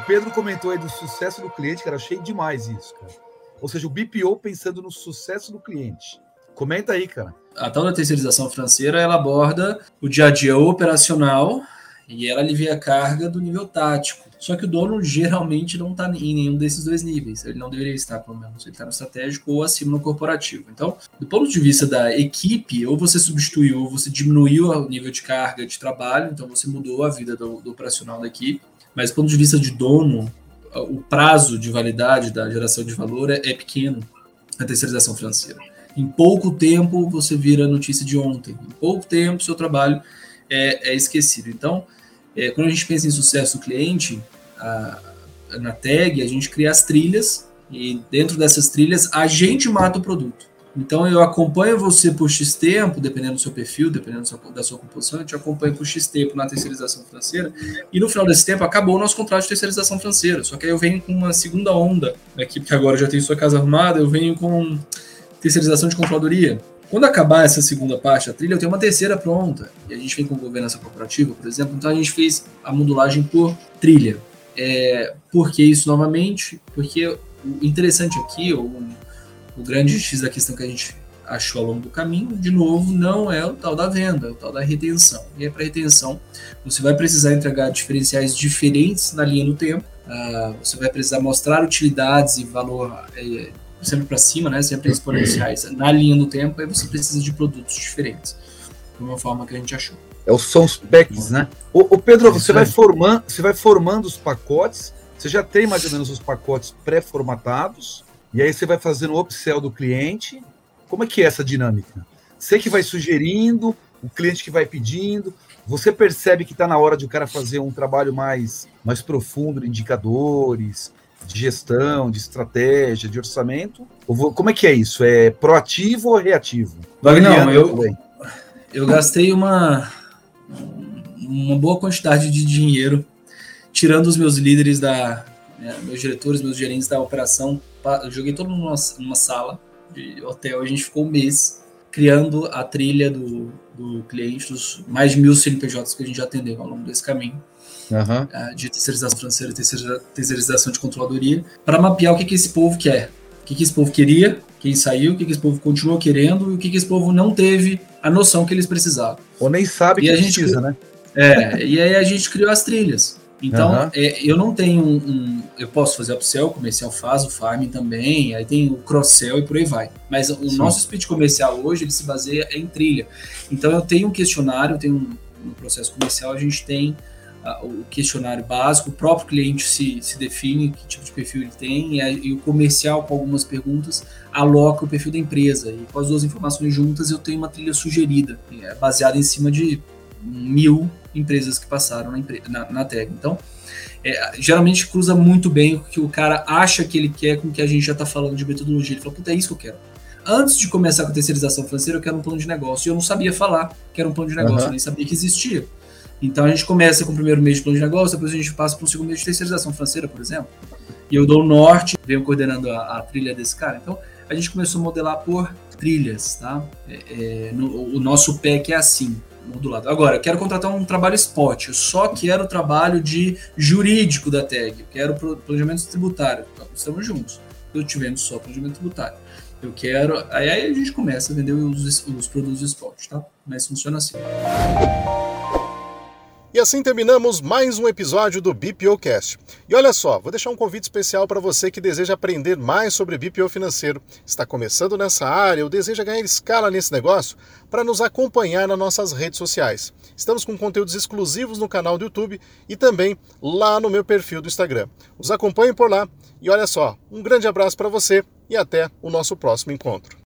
Pedro comentou aí do sucesso do cliente, cara, achei demais isso, cara. Ou seja, o BPO pensando no sucesso do cliente. Comenta aí, cara. A tal da terceirização financeira, ela aborda o dia a dia operacional e ela alivia a carga do nível tático. Só que o dono geralmente não está em nenhum desses dois níveis. Ele não deveria estar, pelo menos. Ele está no estratégico ou acima no corporativo. Então, do ponto de vista da equipe, ou você substituiu, ou você diminuiu o nível de carga de trabalho, então você mudou a vida do operacional da equipe. Mas do ponto de vista de dono, o prazo de validade da geração de valor é pequeno na terceirização financeira. Em pouco tempo, você vira notícia de ontem. Em pouco tempo, seu trabalho é esquecido. Então, quando a gente pensa em sucesso do cliente, na tag, a gente cria as trilhas e dentro dessas trilhas, a gente mata o produto. Então, eu acompanho você por X tempo, dependendo do seu perfil, dependendo da sua composição, eu te acompanho por X tempo na terceirização financeira e no final desse tempo acabou o nosso contrato de terceirização financeira. Só que aí eu venho com uma segunda onda aqui, porque agora eu já tenho sua casa arrumada, eu venho com terceirização de controladoria. Quando acabar essa segunda parte da trilha, eu tenho uma terceira pronta. E a gente vem com governança corporativa, por exemplo. Então a gente fez a modulagem por trilha. Por que isso novamente? Porque o interessante aqui, o grande X da questão que a gente achou ao longo do caminho, de novo, não é o tal da venda, é o tal da retenção. E aí para retenção, você vai precisar entregar diferenciais diferentes na linha do tempo. Você vai precisar mostrar utilidades e valor sempre para cima, né? Sempre exponenciais na linha do tempo, aí você precisa de produtos diferentes, de uma forma que a gente achou. São os packs, né? Ô Pedro, você vai formando os pacotes, você já tem mais ou menos os pacotes pré-formatados, e aí você vai fazendo o upsell do cliente. Como é que é essa dinâmica? Você que vai sugerindo, o cliente que vai pedindo, você percebe que está na hora de o cara fazer um trabalho mais profundo de indicadores, de gestão, de estratégia, de orçamento? Como é que é isso? É proativo ou reativo? Não, eu gastei uma boa quantidade de dinheiro tirando os meus líderes, meus diretores, meus gerentes da operação. Eu joguei todo mundo numa sala de hotel, a gente ficou um mês criando a trilha do cliente, dos mais de 1.000 CNPJs que a gente já atendeu ao longo desse caminho. De terceirização financeira, terceirização de controladoria, para mapear o que esse povo quer, o que esse povo queria, quem saiu, o que esse povo continuou querendo e o que esse povo não teve a noção que eles precisavam. Ou nem sabe que precisa, né? E aí a gente criou as trilhas. Então, eu não tenho eu posso fazer upsell, o comercial faz, o farming também, aí tem o cross-sell e por aí vai. Mas o nosso speech comercial hoje, ele se baseia em trilha. Então, eu tenho um questionário, no processo comercial, a gente tem o questionário básico, o próprio cliente se define que tipo de perfil ele tem, e o comercial, com algumas perguntas, aloca o perfil da empresa. E com as duas informações juntas, eu tenho uma trilha sugerida, baseada em cima de 1.000 empresas que passaram na tag. Então, geralmente cruza muito bem o que o cara acha que ele quer com o que a gente já está falando de metodologia. Ele fala, puta, é isso que eu quero. Antes de começar com a terceirização financeira, eu quero um plano de negócio. E eu não sabia falar que era um plano de negócio, eu nem sabia que existia. Então, a gente começa com o primeiro mês de plano de negócio, depois a gente passa para o segundo mês de terceirização financeira, por exemplo. E eu dou o norte, venho coordenando a trilha desse cara. Então, a gente começou a modelar por trilhas, tá? O nosso PEC é assim, modulado. Agora, eu quero contratar um trabalho spot, eu só quero o trabalho de jurídico da tag, eu quero planejamento tributário. Então, estamos juntos. Eu tivemos só planejamento tributário. Eu quero... Aí a gente começa a vender os produtos spot, tá? Mas funciona assim. E assim terminamos mais um episódio do BPOcast. E olha só, vou deixar um convite especial para você que deseja aprender mais sobre BPO financeiro, está começando nessa área ou deseja ganhar escala nesse negócio, para nos acompanhar nas nossas redes sociais. Estamos com conteúdos exclusivos no canal do YouTube e também lá no meu perfil do Instagram. Os acompanhem por lá e olha só, um grande abraço para você e até o nosso próximo encontro.